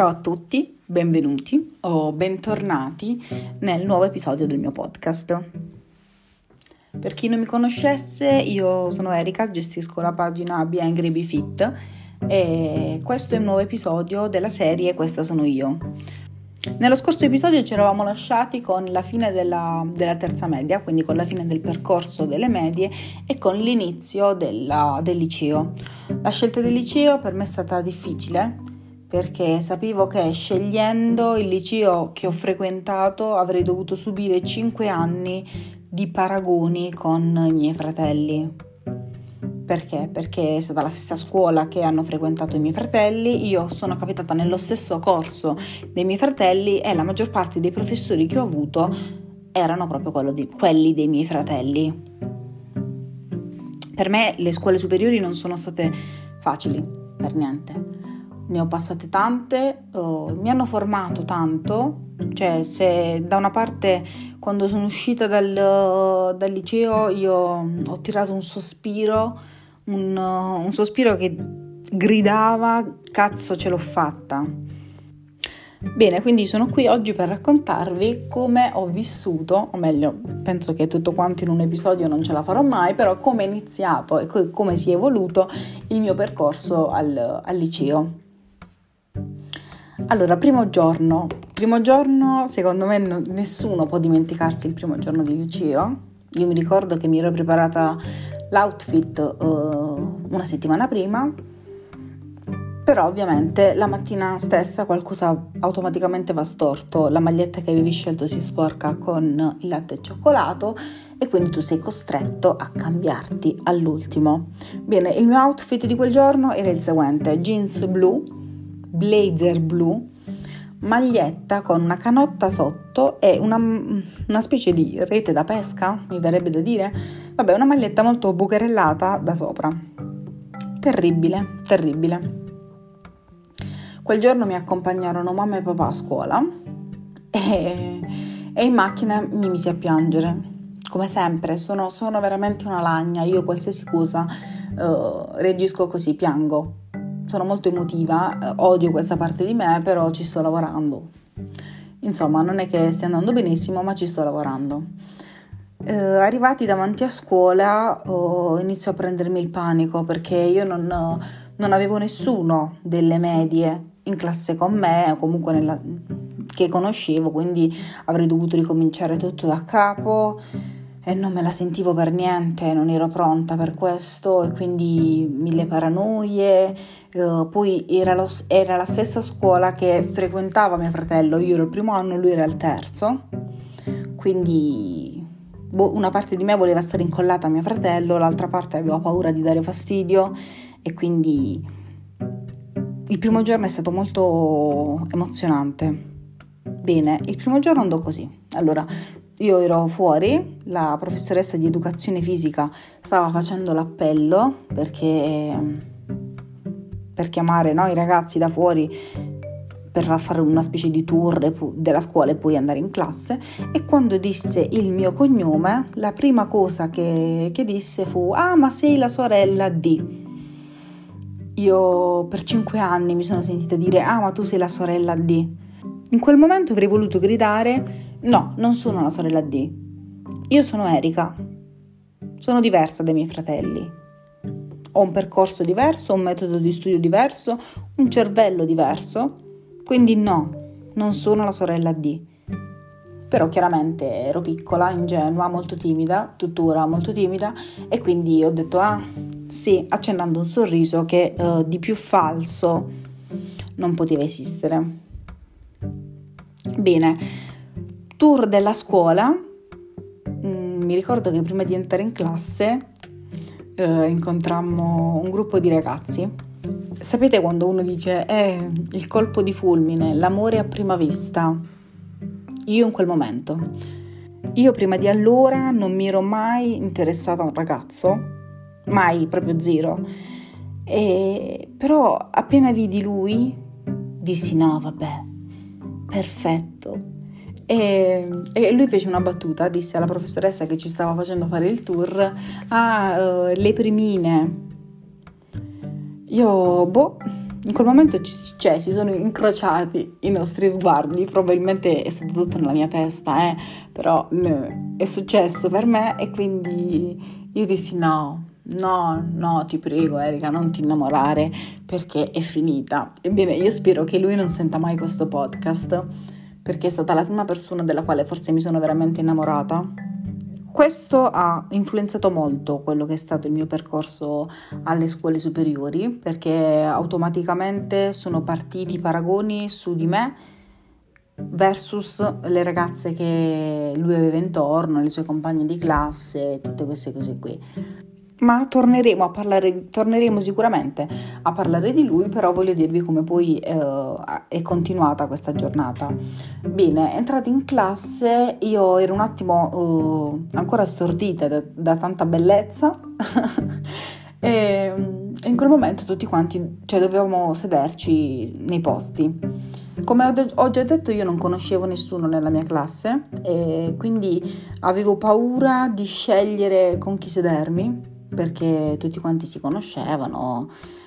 Ciao a tutti, benvenuti o bentornati nel nuovo episodio del mio podcast. Per chi non mi conoscesse, io sono Erika, gestisco la pagina Be Angry Be Fit e questo è un nuovo episodio della serie Questa sono io. Nello scorso episodio ci eravamo lasciati con la fine della terza media, quindi con la fine del percorso delle medie e con l'inizio del liceo. La scelta del liceo per me è stata difficile perché sapevo che scegliendo il liceo che ho frequentato avrei dovuto subire 5 anni di paragoni con i miei fratelli. Perché? Perché è stata la stessa scuola che hanno frequentato i miei fratelli, io sono capitata nello stesso corso dei miei fratelli e la maggior parte dei professori che ho avuto erano proprio quelli dei miei fratelli. Per me le scuole superiori non sono state facili, per niente. Ne ho passate tante, mi hanno formato tanto, cioè se da una parte quando sono uscita dal liceo io ho tirato un sospiro che gridava cazzo ce l'ho fatta. Bene, quindi sono qui oggi per raccontarvi come ho vissuto, o meglio, penso che tutto quanto in un episodio non ce la farò mai, però come è iniziato e come si è evoluto il mio percorso al liceo. Allora, primo giorno, secondo me nessuno può dimenticarsi il primo giorno di liceo. Io mi ricordo che mi ero preparata l'outfit una settimana prima, però ovviamente la mattina stessa qualcosa automaticamente va storto, la maglietta che avevi scelto si sporca con il latte e cioccolato e quindi tu sei costretto a cambiarti all'ultimo. Bene, il mio outfit di quel giorno era il seguente: jeans blu, blazer blu, maglietta con una canotta sotto e una specie di rete da pesca, mi verrebbe da dire. Vabbè, una maglietta molto bucherellata da sopra. Terribile. Quel giorno mi accompagnarono mamma e papà a scuola e in macchina mi misi a piangere. Come sempre, sono veramente una lagna, io qualsiasi cosa reagisco così, piango. Sono molto emotiva, odio questa parte di me, però ci sto lavorando. Insomma, non è che stia andando benissimo, ma ci sto lavorando. Arrivati davanti a scuola inizio a prendermi il panico perché io non avevo nessuno delle medie in classe con me, o comunque che conoscevo, quindi avrei dovuto ricominciare tutto da capo e non me la sentivo per niente, non ero pronta per questo e quindi 1000 paranoie. Poi era la stessa scuola che frequentava mio fratello, io ero il primo anno, lui era il terzo, quindi una parte di me voleva stare incollata a mio fratello, l'altra parte aveva paura di dare fastidio e quindi il primo giorno è stato molto emozionante. Bene, il primo giorno andò così. Allora, io ero fuori, la professoressa di educazione fisica stava facendo l'appello per chiamare i ragazzi da fuori per fare una specie di tour della scuola e poi andare in classe, e quando disse il mio cognome la prima cosa che disse fu: ah, ma sei la sorella di... Io per 5 anni mi sono sentita dire: ah, ma tu sei la sorella di... In quel momento avrei voluto gridare: no, non sono la sorella di, io sono Erika, sono diversa dai miei fratelli, ho un percorso diverso, un metodo di studio diverso, un cervello diverso, quindi no, non sono la sorella di. Però chiaramente ero piccola, ingenua, molto timida, tuttora molto timida, e quindi ho detto ah sì, accennando un sorriso che di più falso non poteva esistere. Bene, tour della scuola. Mi ricordo che prima di entrare in classe incontrammo un gruppo di ragazzi. Sapete quando uno dice il colpo di fulmine, l'amore a prima vista? Io in quel momento. Io prima di allora non mi ero mai interessata a un ragazzo, mai, proprio zero. Però appena vidi lui dissi no, vabbè, perfetto. E lui fece una battuta, disse alla professoressa che ci stava facendo fare il tour: le primine. Io in quel momento si sono incrociati i nostri sguardi, probabilmente è stato tutto nella mia testa, però è successo per me e quindi io dissi no, ti prego Erika, non ti innamorare perché è finita. Ebbene, io spero che lui non senta mai questo podcast perché è stata la prima persona della quale forse mi sono veramente innamorata. Questo ha influenzato molto quello che è stato il mio percorso alle scuole superiori, perché automaticamente sono partiti i paragoni su di me versus le ragazze che lui aveva intorno, le sue compagne di classe, tutte queste cose qui. Ma torneremo sicuramente a parlare di lui, però voglio dirvi come poi è continuata questa giornata. Bene, entrati in classe, io ero un attimo ancora stordita da tanta bellezza e in quel momento tutti quanti, dovevamo sederci nei posti. Come ho già detto, io non conoscevo nessuno nella mia classe e quindi avevo paura di scegliere con chi sedermi, perché tutti quanti si conoscevano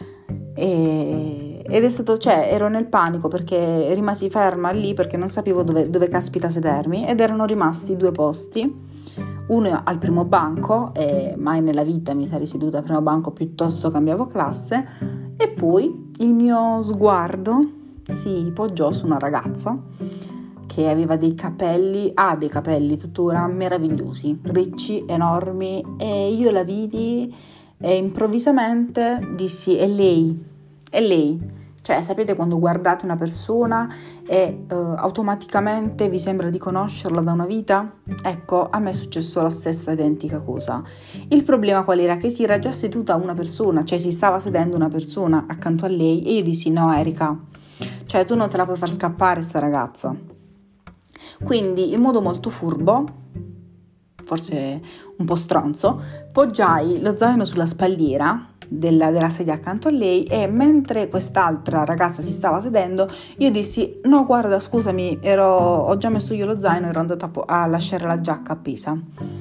ed è stato, ero nel panico perché rimasi ferma lì perché non sapevo dove caspita sedermi ed erano rimasti 2 posti, uno al primo banco e mai nella vita mi sarei seduta al primo banco, piuttosto cambiavo classe, e poi il mio sguardo si poggiò su una ragazza che aveva dei capelli tuttora meravigliosi, ricci, enormi, e io la vidi e improvvisamente dissi è lei. Sapete quando guardate una persona e automaticamente vi sembra di conoscerla da una vita? Ecco, a me è successo la stessa identica cosa. Il problema qual era? Che si era già seduta una persona, si stava sedendo una persona accanto a lei e io dissi no Erika, tu non te la puoi far scappare sta ragazza. Quindi in modo molto furbo, forse un po' stronzo, poggiai lo zaino sulla spalliera della sedia accanto a lei e mentre quest'altra ragazza si stava sedendo io dissi no guarda scusami, ho già messo io lo zaino, ero andata a lasciare la giacca appesa.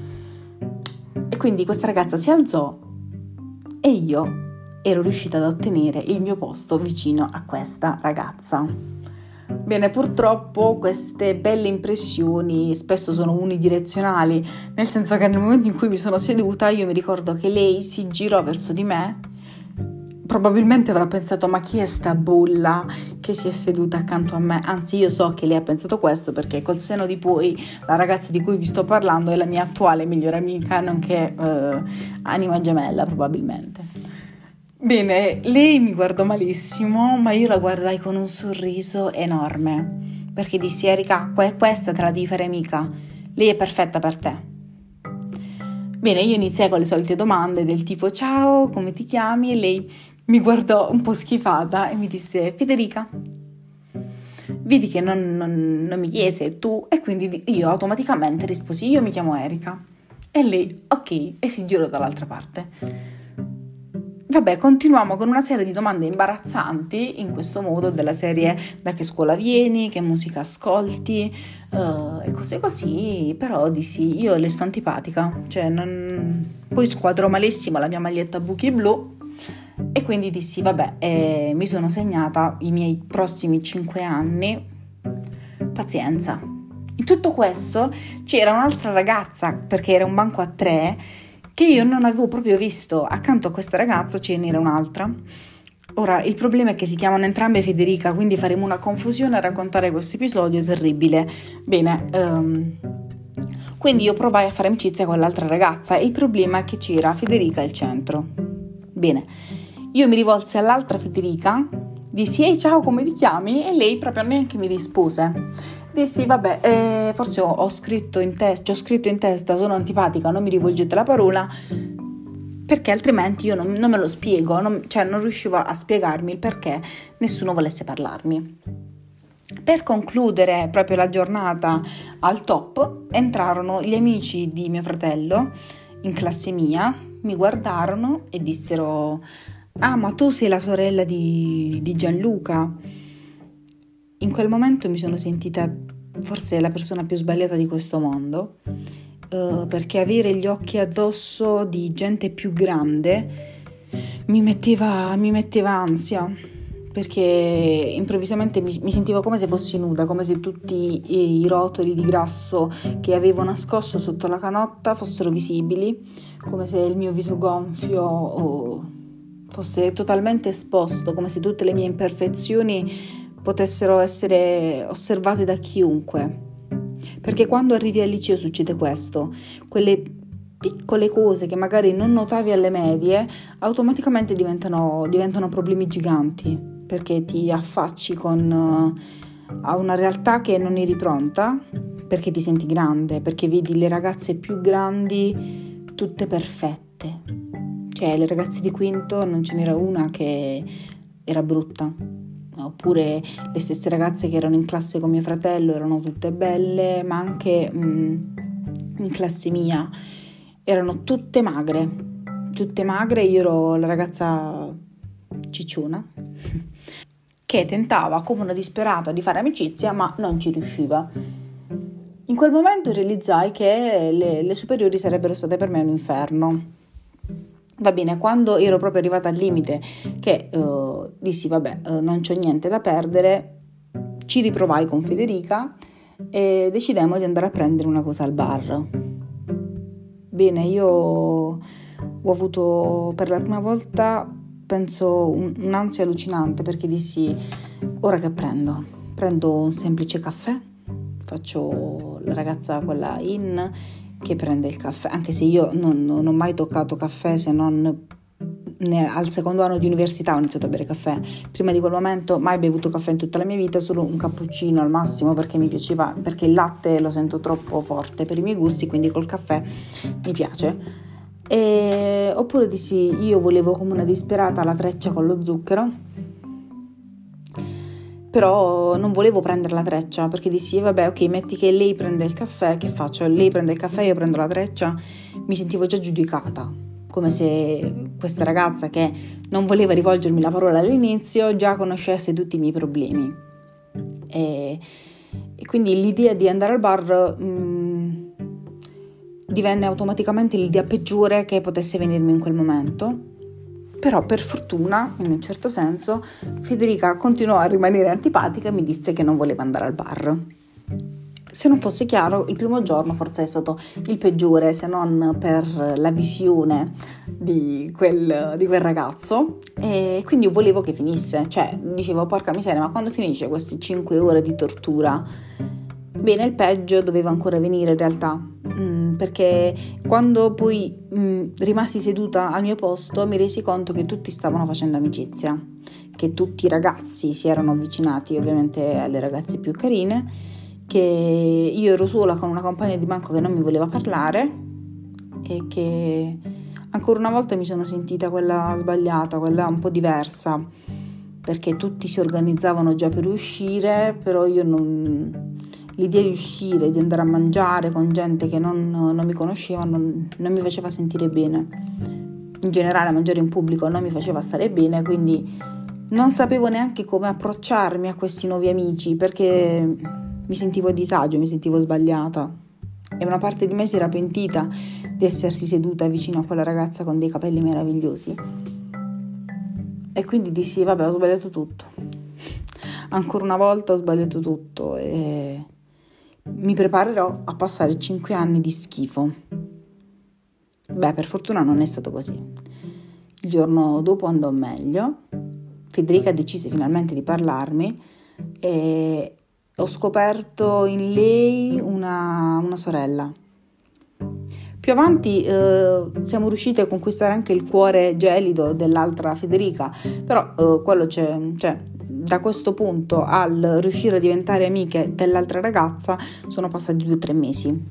E quindi questa ragazza si alzò e io ero riuscita ad ottenere il mio posto vicino a questa ragazza. Bene, purtroppo queste belle impressioni spesso sono unidirezionali, nel senso che nel momento in cui mi sono seduta io mi ricordo che lei si girò verso di me, probabilmente avrà pensato ma chi è sta bulla che si è seduta accanto a me, anzi io so che lei ha pensato questo perché col seno di poi la ragazza di cui vi sto parlando è la mia attuale migliore amica, nonché anima gemella probabilmente. Bene, lei mi guardò malissimo, ma io la guardai con un sorriso enorme, perché dissi Erika, questa te la devi fare amica, lei è perfetta per te. Bene, io iniziai con le solite domande del tipo ciao, come ti chiami? E lei mi guardò un po' schifata e mi disse Federica. Vidi che non mi chiese tu e quindi io automaticamente risposi io mi chiamo Erika. E lei ok, e si girò dall'altra parte. Vabbè, continuiamo con una serie di domande imbarazzanti in questo modo della serie da che scuola vieni, che musica ascolti e cose così, però dissi io le sto antipatica, poi squadrò malissimo la mia maglietta buchi blu e quindi dissi vabbè, mi sono segnata i miei prossimi 5 anni, pazienza. In tutto questo c'era un'altra ragazza, perché era un banco a 3, che io non avevo proprio visto. Accanto a questa ragazza ce n'era un'altra. Ora, il problema è che si chiamano entrambe Federica, quindi faremo una confusione a raccontare questo episodio terribile. Bene, quindi io provai a fare amicizia con l'altra ragazza e il problema è che c'era Federica al centro. Bene, io mi rivolsi all'altra Federica, dissi ehi ciao come ti chiami? E lei proprio neanche mi rispose. Dissi vabbè, forse ho scritto in testa sono antipatica, non mi rivolgete la parola, perché altrimenti io non me lo spiego, non riuscivo a spiegarmi il perché nessuno volesse parlarmi. Per concludere proprio la giornata al top, entrarono gli amici di mio fratello in classe mia, mi guardarono e dissero ah ma tu sei la sorella di Gianluca. In quel momento mi sono sentita forse la persona più sbagliata di questo mondo, perché avere gli occhi addosso di gente più grande mi metteva ansia, perché improvvisamente mi sentivo come se fossi nuda, come se tutti i rotoli di grasso che avevo nascosto sotto la canotta fossero visibili, come se il mio viso gonfio fosse totalmente esposto, come se tutte le mie imperfezioni potessero essere osservate da chiunque. Perché quando arrivi al liceo succede questo, quelle piccole cose che magari non notavi alle medie automaticamente diventano problemi giganti, perché ti affacci a una realtà che non eri pronta, perché ti senti grande, perché vedi le ragazze più grandi tutte perfette. Cioè, le ragazze di quinto non ce n'era una che era brutta, oppure le stesse ragazze che erano in classe con mio fratello erano tutte belle, ma anche in classe mia erano tutte magre, io ero la ragazza cicciona che tentava come una disperata di fare amicizia ma non ci riusciva. In quel momento realizzai che le superiori sarebbero state per me un inferno. Va bene, quando ero proprio arrivata al limite che dissi vabbè, non c'ho niente da perdere, ci riprovai con Federica e decidemmo di andare a prendere una cosa al bar. Bene, io ho avuto per la prima volta, penso, un'ansia allucinante, perché dissi, ora che prendo? Prendo un semplice caffè, faccio la ragazza quella che prende il caffè, anche se io non ho mai toccato caffè se non al secondo anno di università ho iniziato a bere caffè. Prima di quel momento mai bevuto caffè in tutta la mia vita, solo un cappuccino al massimo, perché mi piaceva, perché il latte lo sento troppo forte per i miei gusti, quindi col caffè mi piace. Oppure dissi, io volevo come una disperata la treccia con lo zucchero, però non volevo prendere la treccia, perché dissi vabbè, ok, metti che lei prende il caffè, che faccio? Lei prende il caffè, io prendo la treccia. Mi sentivo già giudicata, come se questa ragazza che non voleva rivolgermi la parola all'inizio già conoscesse tutti i miei problemi. E quindi l'idea di andare al bar divenne automaticamente l'idea peggiore che potesse venirmi in quel momento. Però per fortuna, in un certo senso, Federica continuò a rimanere antipatica e mi disse che non voleva andare al bar. Se non fosse chiaro, il primo giorno forse è stato il peggiore, se non per la visione di quel ragazzo, e quindi io volevo che finisse, cioè dicevo porca miseria, ma quando finisce queste 5 ore di tortura? Bene, il peggio doveva ancora venire in realtà, perché quando poi rimasi seduta al mio posto mi resi conto che tutti stavano facendo amicizia, che tutti i ragazzi si erano avvicinati ovviamente alle ragazze più carine, che io ero sola con una compagna di banco che non mi voleva parlare e che ancora una volta mi sono sentita quella sbagliata, quella un po' diversa, perché tutti si organizzavano già per uscire, però io l'idea di uscire, di andare a mangiare con gente che non mi conosceva non mi faceva sentire bene. In generale mangiare in pubblico non mi faceva stare bene, quindi non sapevo neanche come approcciarmi a questi nuovi amici, perché mi sentivo a disagio, mi sentivo sbagliata e una parte di me si era pentita di essersi seduta vicino a quella ragazza con dei capelli meravigliosi, e quindi dissi vabbè, ho sbagliato tutto, ancora una volta ho sbagliato tutto e mi preparerò a passare 5 anni di schifo. Beh, per fortuna non è stato così. Il giorno dopo andò meglio, Federica decise finalmente di parlarmi e ho scoperto in lei una sorella. Più avanti siamo riusciti a conquistare anche il cuore gelido dell'altra Federica, però quello cioè, da questo punto al riuscire a diventare amiche dell'altra ragazza sono passati 2 o 3 mesi.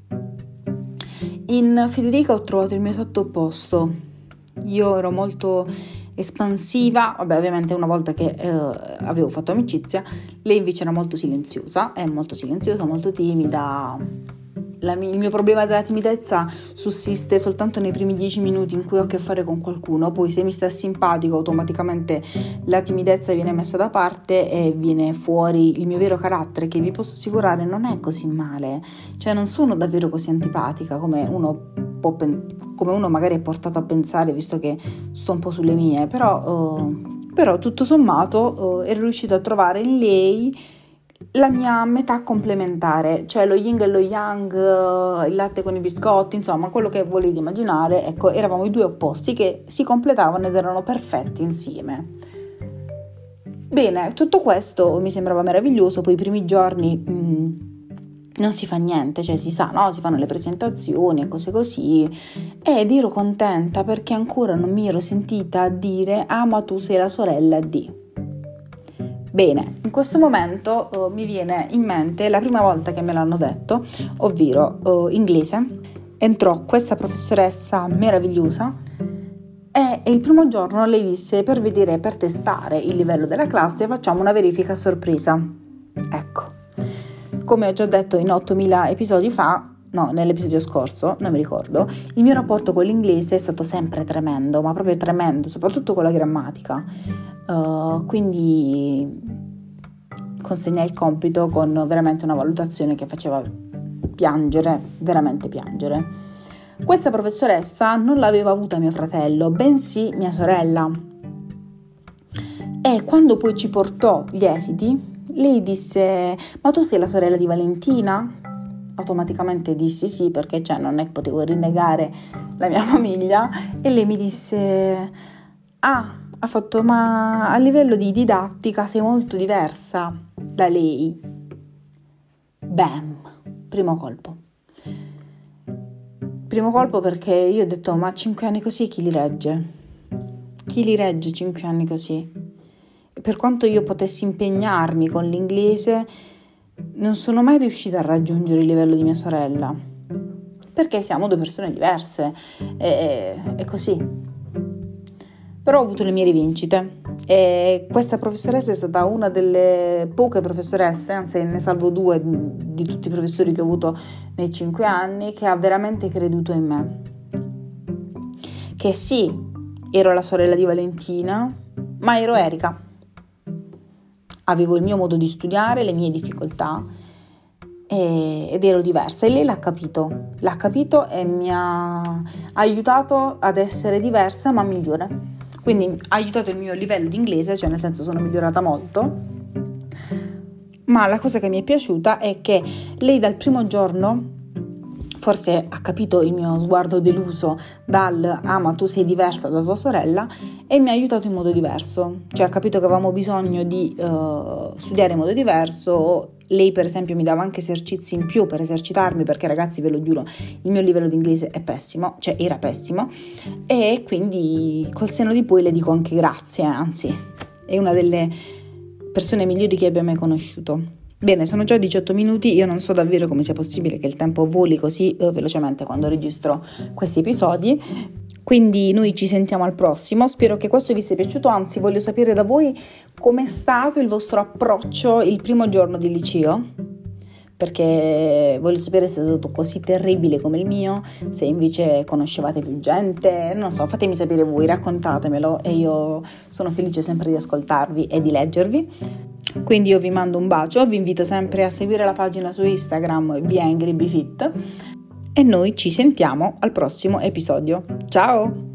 In Federica ho trovato il mio esatto opposto. Io ero molto espansiva, vabbè, ovviamente una volta che avevo fatto amicizia. Lei invece era molto silenziosa, molto timida. Il mio problema della timidezza sussiste soltanto nei primi 10 minuti in cui ho a che fare con qualcuno, poi se mi sta simpatico automaticamente la timidezza viene messa da parte e viene fuori il mio vero carattere, che vi posso assicurare non è così male, cioè non sono davvero così antipatica come uno magari è portato a pensare, visto che sto un po' sulle mie, però però tutto sommato ero riuscita a trovare in lei la mia metà complementare, cioè lo yin e lo yang, il latte con i biscotti, insomma quello che volete immaginare. Ecco, eravamo i due opposti che si completavano ed erano perfetti insieme. Bene, tutto questo mi sembrava meraviglioso. Poi i primi giorni non si fa niente, cioè si sa, no? Si fanno le presentazioni e cose così, ed ero contenta perché ancora non mi ero sentita dire ma tu sei la sorella di. Bene, in questo momento mi viene in mente la prima volta che me l'hanno detto, ovvero inglese. Entrò questa professoressa meravigliosa e il primo giorno lei disse: per vedere, per testare il livello della classe facciamo una verifica a sorpresa. Ecco, come ho già detto in 8000 episodi fa, no, nell'episodio scorso, non mi ricordo, il mio rapporto con l'inglese è stato sempre tremendo, ma proprio tremendo, soprattutto con la grammatica. Quindi consegnai il compito con veramente una valutazione che faceva piangere, veramente piangere. Questa professoressa non l'aveva avuta mio fratello, bensì mia sorella. E quando poi ci portò gli esiti, lei disse: ma tu sei la sorella di Valentina? Automaticamente dissi sì, perché non è che potevo rinnegare la mia famiglia. E lei mi disse: ha fatto, ma a livello di didattica sei molto diversa da lei. Bam, primo colpo perché io ho detto: ma 5 anni così chi li regge? Chi li regge 5 anni così? E per quanto io potessi impegnarmi con l'inglese, non sono mai riuscita a raggiungere il livello di mia sorella, perché siamo due persone diverse, è così. Però ho avuto le mie rivincite e questa professoressa è stata una delle poche professoresse, anzi ne salvo 2 di tutti i professori che ho avuto nei 5 anni, che ha veramente creduto in me. Che sì, ero la sorella di Valentina, ma ero Erika. Avevo il mio modo di studiare, le mie difficoltà ed ero diversa, e lei l'ha capito e mi ha aiutato ad essere diversa ma migliore. Quindi ha aiutato il mio livello di inglese, cioè nel senso sono migliorata molto. Ma la cosa che mi è piaciuta è che lei dal primo giorno forse ha capito il mio sguardo deluso dal ma tu sei diversa da tua sorella, e mi ha aiutato in modo diverso, cioè ha capito che avevamo bisogno di studiare in modo diverso. Lei per esempio mi dava anche esercizi in più per esercitarmi, perché ragazzi ve lo giuro il mio livello di inglese è pessimo, cioè era pessimo, e quindi col senno di poi le dico anche grazie, anzi è una delle persone migliori che abbia mai conosciuto. Bene, sono già 18 minuti, io non so davvero come sia possibile che il tempo voli così velocemente quando registro questi episodi, quindi noi ci sentiamo al prossimo. Spero che questo vi sia piaciuto, anzi voglio sapere da voi com'è stato il vostro approccio il primo giorno di liceo, perché voglio sapere se è stato così terribile come il mio, se invece conoscevate più gente, non so, fatemi sapere voi, raccontatemelo e io sono felice sempre di ascoltarvi e di leggervi. Quindi io vi mando un bacio, vi invito sempre a seguire la pagina su Instagram BeAngryBeFit e noi ci sentiamo al prossimo episodio. Ciao!